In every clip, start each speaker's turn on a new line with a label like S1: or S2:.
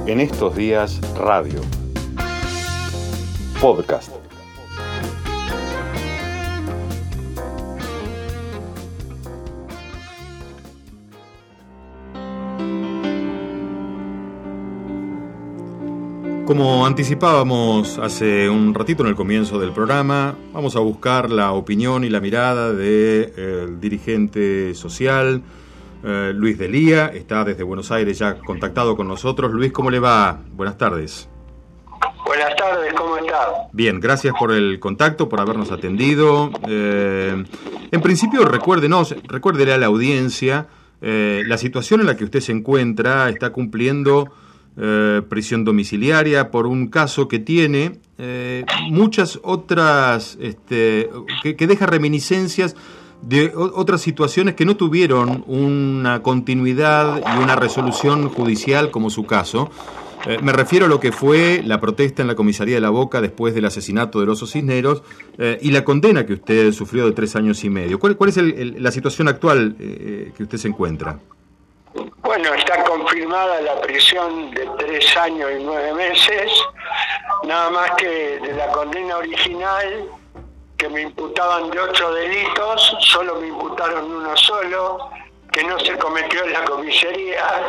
S1: En estos días, radio. Podcast. Como anticipábamos hace un ratito en el comienzo del programa, vamos a buscar la opinión y la mirada del dirigente social, Luis D'Elia. Está desde Buenos Aires ya contactado con nosotros. Luis, ¿cómo le va? Buenas tardes.
S2: Buenas tardes, ¿cómo está?
S1: Bien, gracias por el contacto, por habernos atendido. En principio, recuérdele a la audiencia la situación en la que usted se encuentra. Está cumpliendo prisión domiciliaria por un caso que tiene muchas otras, que deja reminiscencias de otras situaciones que no tuvieron una continuidad y una resolución judicial como su caso. Me refiero a lo que fue la protesta en la comisaría de La Boca después del asesinato del Oso Cisneros y la condena que usted sufrió de 3 años y medio. ¿Cuál es la situación actual que usted se encuentra?
S2: Bueno, está confirmada la prisión de 3 años y 9 meses, nada más que de la condena original, que me imputaban de 8 delitos, solo me imputaron uno solo, que no se cometió en la comisaría,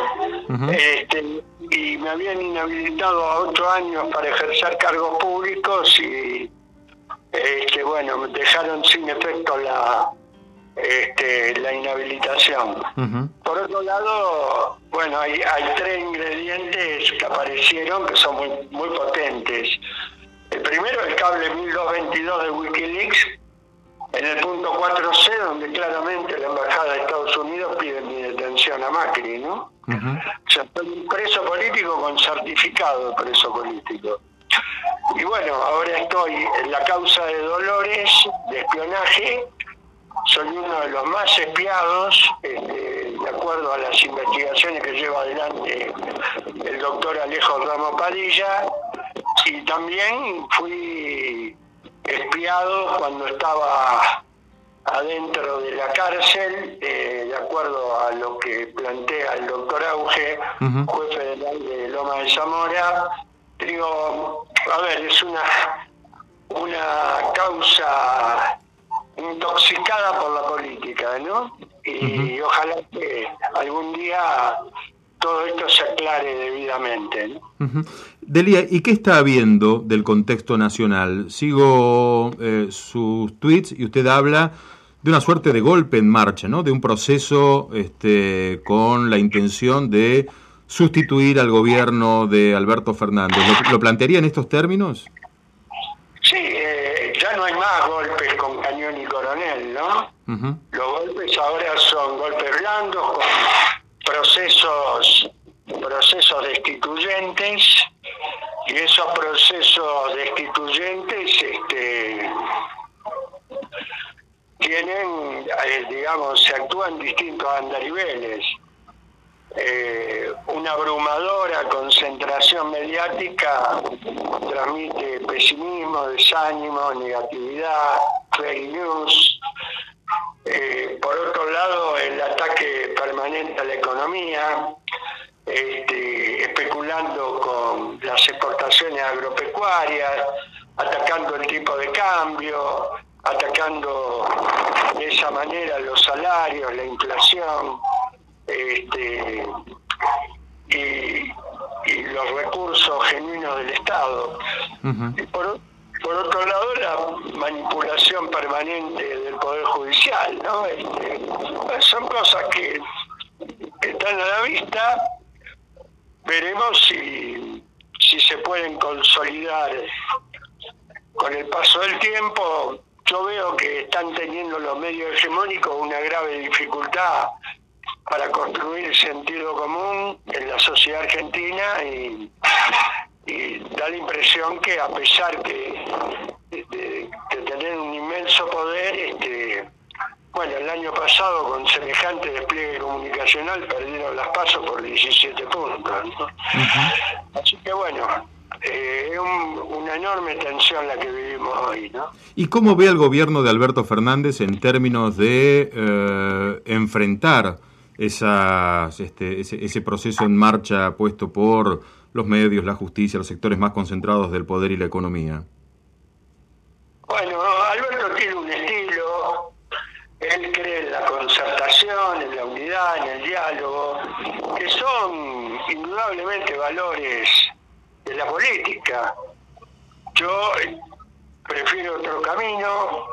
S2: y me habían inhabilitado a 8 años para ejercer cargos públicos y, me dejaron sin efecto la inhabilitación. Por otro lado, hay 3 ingredientes que aparecieron que son muy potentes. El primero, el cable 1222 de Wikileaks, en el punto 4C, donde claramente la Embajada de Estados Unidos pide mi detención a Macri, ¿no? O sea, soy un preso político con certificado de preso político. Y ahora estoy en la causa de Dolores, de espionaje. Soy uno de los más espiados, de acuerdo a las investigaciones que lleva adelante el doctor Alejo Ramos Padilla, y también fui espiado cuando estaba adentro de la cárcel, de acuerdo a lo que plantea el doctor Auge, juez federal de Loma de Zamora. Digo, es una causa intoxicada por la política, ¿no? Y ojalá que algún día todo esto se aclare debidamente, ¿no?
S1: D'Elia, ¿y qué está viendo del contexto nacional? Sigo sus tweets y usted habla de una suerte de golpe en marcha, ¿no? De un proceso con la intención de sustituir al gobierno de Alberto Fernández. ¿Lo plantearía en estos términos?
S2: Sí, ya no hay más golpes con cañón y coronel, ¿no? Los golpes ahora son golpes blandos con procesos destituyentes, y esos procesos destituyentes tienen, se actúan distintos andariveles. Una abrumadora concentración mediática transmite pesimismo, desánimo, negatividad, fake news. Por otro lado, el ataque permanente a la economía, especulando con las exportaciones agropecuarias, atacando el tipo de cambio, atacando de esa manera los salarios, la inflación, y los recursos genuinos del Estado. Y por otro lado, la manipulación permanente del Poder Judicial, ¿no? Son cosas que están a la vista. Veremos si se pueden consolidar con el paso del tiempo. Yo veo que están teniendo los medios hegemónicos una grave dificultad para construir sentido común en la sociedad argentina, y da la impresión que, a pesar de tener un inmenso poder, el año pasado con semejante despliegue comunicacional perdieron las PASO por 17 puntos, ¿no? Así que es una enorme tensión la que vivimos hoy, ¿no?
S1: ¿Y cómo ve al gobierno de Alberto Fernández en términos de enfrentar ese proceso en marcha puesto por los medios, la justicia, los sectores más concentrados del poder y la economía?
S2: Bueno, Alberto tiene un estilo, él cree en la concertación, en la unidad, en el diálogo, que son indudablemente valores de la política. Yo prefiero otro camino.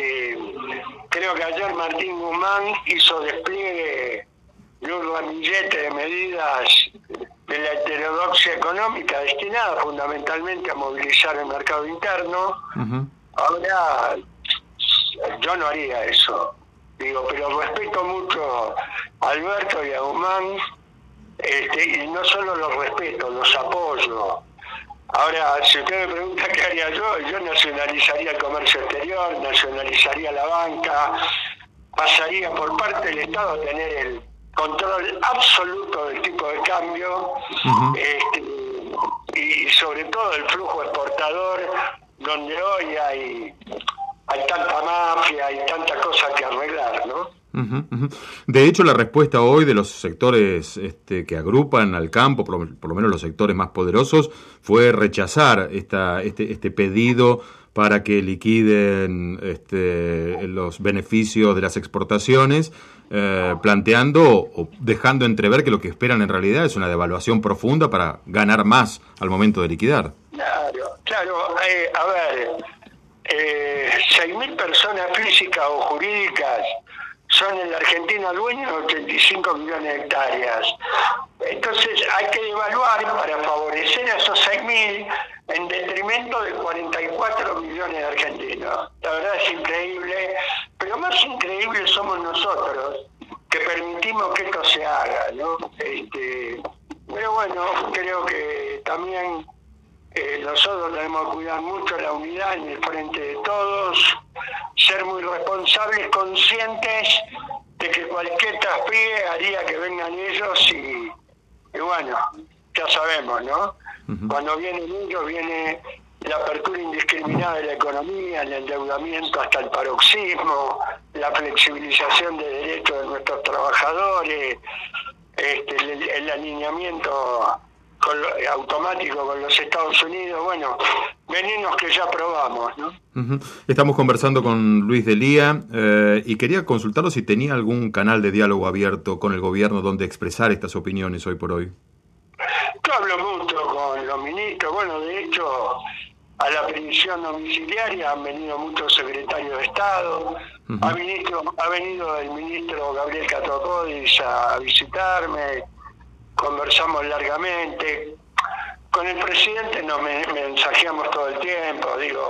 S2: Creo que ayer Martín Guzmán hizo despliegue de un ramillete de medidas de la heterodoxia económica destinada fundamentalmente a movilizar el mercado interno. Uh-huh. Ahora, yo no haría eso, pero respeto mucho a Alberto y a Guzmán, y no solo los respeto, los apoyo. Ahora, si usted me pregunta qué haría yo nacionalizaría el comercio exterior, nacionalizaría la banca, pasaría por parte del Estado a tener el control absoluto del tipo de cambio, uh-huh. Y sobre todo el flujo exportador, donde hoy hay tanta mafia, hay tanta cosa que arreglar, ¿no?
S1: Uh-huh, uh-huh. De hecho, la respuesta hoy de los sectores que agrupan al campo, por lo menos los sectores más poderosos, fue rechazar este pedido para que liquiden los beneficios de las exportaciones, planteando o dejando entrever que lo que esperan en realidad es una devaluación profunda para ganar más al momento de liquidar.
S2: Claro. A ver, 6.000 personas físicas o jurídicas son en la Argentina dueños de 85 millones de hectáreas. Entonces hay que devaluar para favorecer a esos 6.000 en detrimento de 44 millones de argentinos. La verdad es increíble, pero más increíble somos nosotros, que permitimos que esto se haga, ¿no? Pero bueno, creo que también nosotros tenemos que cuidar mucho la unidad en el frente de todos, ser muy responsables, conscientes de que cualquier traspié haría que vengan ellos y bueno, ya sabemos, ¿no? Uh-huh. Cuando vienen ellos viene la apertura indiscriminada de la economía, el endeudamiento hasta el paroxismo, la flexibilización de derechos de nuestros trabajadores, el alineamiento automático con los Estados Unidos, bueno, venimos que ya probamos, ¿no?
S1: Uh-huh. Estamos conversando con Luis D'Elia y quería consultarlo si tenía algún canal de diálogo abierto con el gobierno donde expresar estas opiniones hoy por hoy.
S2: Yo hablo mucho con los ministros, bueno, de hecho a la prisión domiciliaria han venido muchos secretarios de Estado, uh-huh. ha venido el ministro Gabriel Catocodis a visitarme, conversamos largamente, con el presidente nos mensajeamos todo el tiempo,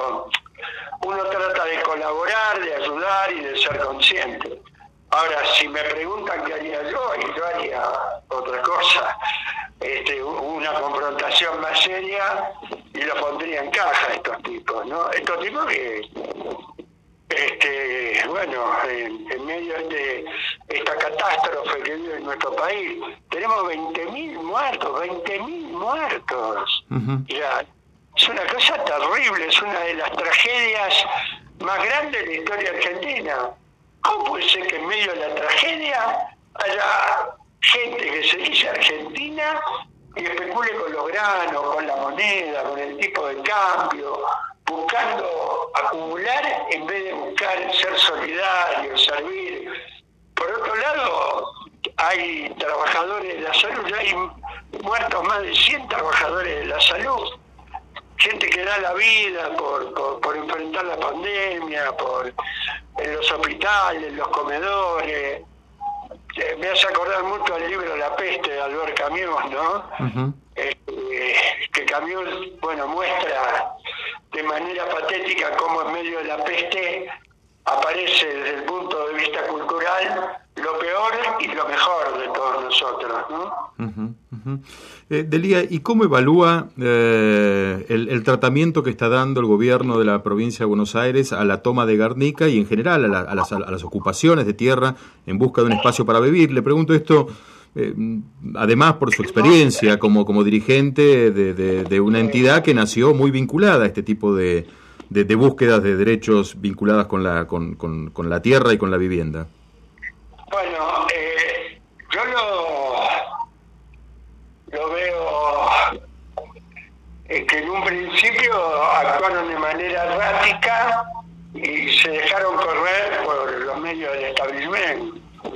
S2: uno trata de colaborar, de ayudar y de ser consciente. Ahora, si me preguntan qué haría yo haría otra cosa, una confrontación más seria y lo pondría en caja a estos tipos, ¿no? Estos tipos que en medio de esta catástrofe que vive en nuestro país, tenemos 20.000 muertos. Uh-huh. Ya, es una cosa terrible, es una de las tragedias más grandes de la historia argentina. ¿Cómo puede ser que en medio de la tragedia haya gente que se dice argentina y especule con los granos, con la moneda, con el tipo de cambio, buscando acumular en vez de buscar ser solidario, servir? Por otro lado, hay trabajadores de la salud, ya hay muertos más de 100 trabajadores de la salud, gente que da la vida por enfrentar la pandemia, en los hospitales, los comedores. Me hace acordar mucho al libro La peste de Albert Camus, ¿no? Uh-huh. Que Camus, muestra de manera patética cómo en medio de la peste aparece desde el punto de vista cultural lo peor y lo mejor de todos nosotros, ¿no?
S1: Uh-huh, uh-huh. D'Elia, ¿y cómo evalúa el tratamiento que está dando el gobierno de la provincia de Buenos Aires a la toma de Guernica y en general a las ocupaciones de tierra en busca de un espacio para vivir? Le pregunto esto, además por su experiencia como dirigente de una entidad que nació muy vinculada a este tipo de búsquedas de derechos vinculadas con la tierra y con la vivienda.
S2: Bueno, yo lo veo que en un principio actuaron de manera errática y se dejaron correr por los medios del establishment.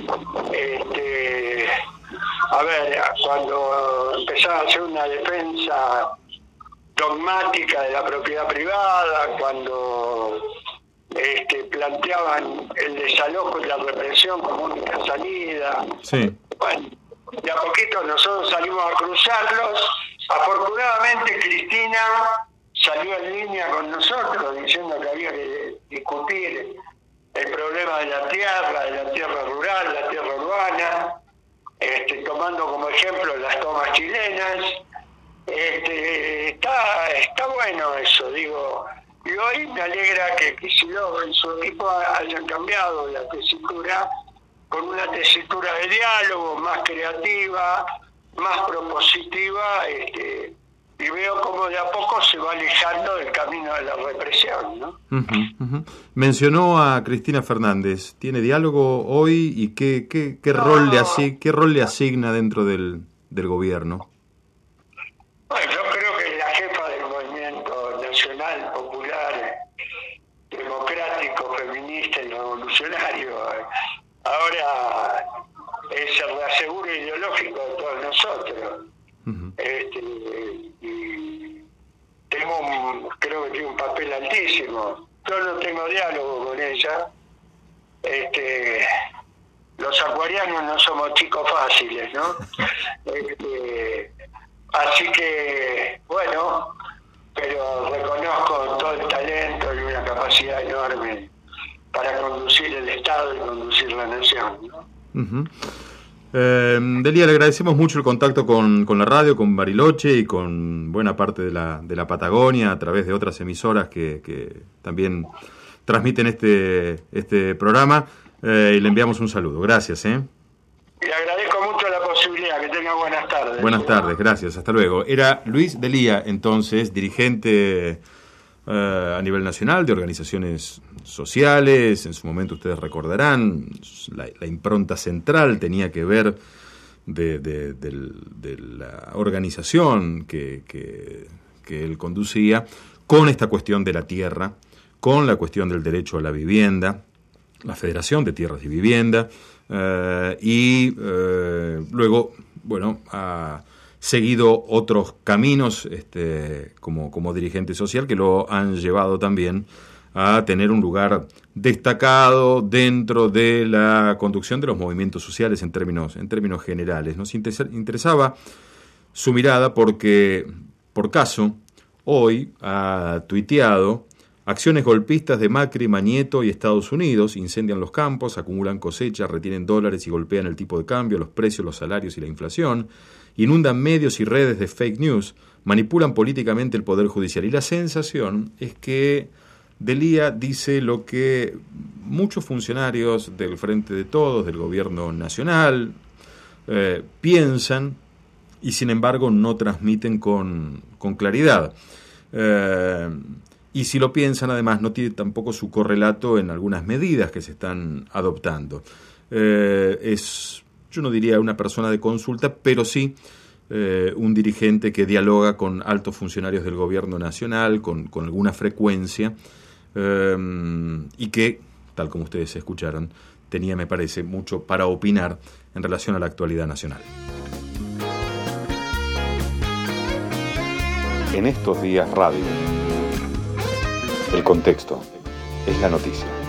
S2: A ver, cuando empezaron a hacer una defensa dogmática de la propiedad privada, cuando planteaban el desalojo y la represión como única salida.
S1: Sí.
S2: Bueno, de a poquito nosotros salimos a cruzarlos. Afortunadamente Cristina salió en línea con nosotros diciendo que había que discutir el problema de la tierra rural, la tierra urbana, tomando como ejemplo las tomas chilenas. Está bueno eso, digo. Y hoy me alegra que Kicillof y su equipo hayan cambiado la tesitura con una tesitura de diálogo más creativa, más propositiva, y veo cómo de a poco se va alejando del camino de la represión, ¿no?
S1: Mencionó a Cristina Fernández. ¿Tiene diálogo hoy y qué rol le asigna dentro del gobierno?
S2: Bueno, yo creo que es la jefa del movimiento nacional, popular, democrático, feminista y revolucionario. Ahora es el reaseguro ideológico de todos nosotros. Y creo que tiene un papel altísimo. Yo no tengo diálogo con ella. Los acuarianos no somos chicos fáciles, ¿no? Así que, bueno, pero reconozco todo el talento y una capacidad enorme para conducir el Estado y conducir la nación, ¿no?
S1: Delia, le agradecemos mucho el contacto con la radio, con Bariloche y con buena parte de la Patagonia a través de otras emisoras que también transmiten este programa, y le enviamos un saludo. Gracias.
S2: Le agradezco mucho la posibilidad. Que tenga buenas tardes.
S1: Buenas tardes, gracias. Hasta luego. Era Luis Delia, entonces, dirigente a nivel nacional de organizaciones sociales. En su momento ustedes recordarán, la impronta central tenía que ver de la organización que él conducía con esta cuestión de la tierra, con la cuestión del derecho a la vivienda, la Federación de Tierras y Vivienda, y luego, bueno, ha seguido otros caminos como dirigente social que lo han llevado también a tener un lugar destacado dentro de la conducción de los movimientos sociales en términos generales. Nos interesaba su mirada porque, por caso, hoy ha tuiteado: acciones golpistas de Macri, Mañeto y Estados Unidos incendian los campos, acumulan cosechas, retienen dólares y golpean el tipo de cambio, los precios, los salarios y la inflación, inundan medios y redes de fake news, manipulan políticamente el Poder Judicial. Y la sensación es que Delia dice lo que muchos funcionarios del Frente de Todos, del gobierno nacional, piensan y sin embargo no transmiten con claridad. Y si lo piensan, además, no tiene tampoco su correlato en algunas medidas que se están adoptando. Yo no diría una persona de consulta, pero sí un dirigente que dialoga con altos funcionarios del gobierno nacional, con alguna frecuencia, y que, tal como ustedes escucharon, tenía, me parece, mucho para opinar en relación a la actualidad nacional.
S3: En estos días radio. El contexto es la noticia.